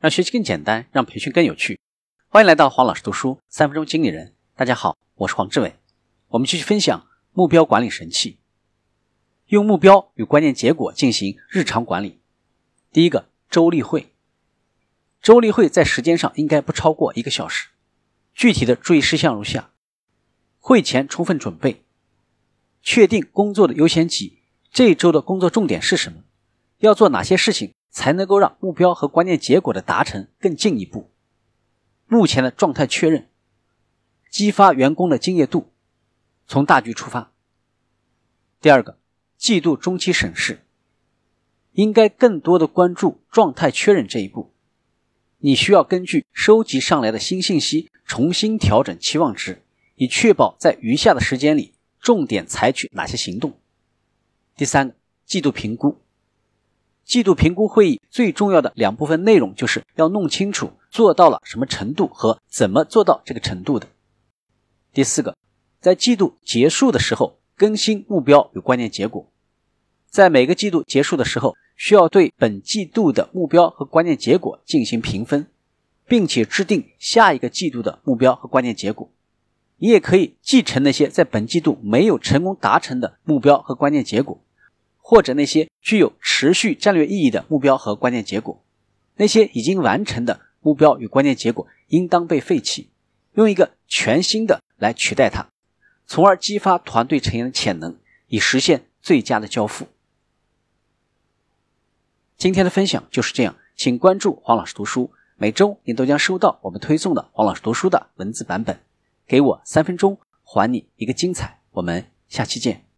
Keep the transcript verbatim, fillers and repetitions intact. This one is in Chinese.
让学习更简单，让培训更有趣。欢迎来到黄老师读书三分钟经理人。大家好，我是黄志伟。我们继续分享目标管理神器，用目标与关键结果进行日常管理。第一个，周例会。周例会在时间上应该不超过一个小时。具体的注意事项如下：会前充分准备，确定工作的优先级，这一周的工作重点是什么，要做哪些事情才能够让目标和关键结果的达成更进一步。目前的状态确认，激发员工的敬业度，从大局出发。第二个，季度中期审视，应该更多的关注状态确认这一步。你需要根据收集上来的新信息重新调整期望值，以确保在余下的时间里重点采取哪些行动。第三个，季度评估。季度评估会议最重要的两部分内容就是要弄清楚做到了什么程度和怎么做到这个程度的。第四个，在季度结束的时候更新目标与关键结果。在每个季度结束的时候，需要对本季度的目标和关键结果进行评分，并且制定下一个季度的目标和关键结果。你也可以继承那些在本季度没有成功达成的目标和关键结果，或者那些具有持续战略意义的目标和关键结果。那些已经完成的目标与关键结果应当被废弃，用一个全新的来取代它，从而激发团队成员的潜能，以实现最佳的交付。今天的分享就是这样，请关注黄老师读书，每周你都将收到我们推送的黄老师读书的文字版本。给我三分钟，还你一个精彩，我们下期见。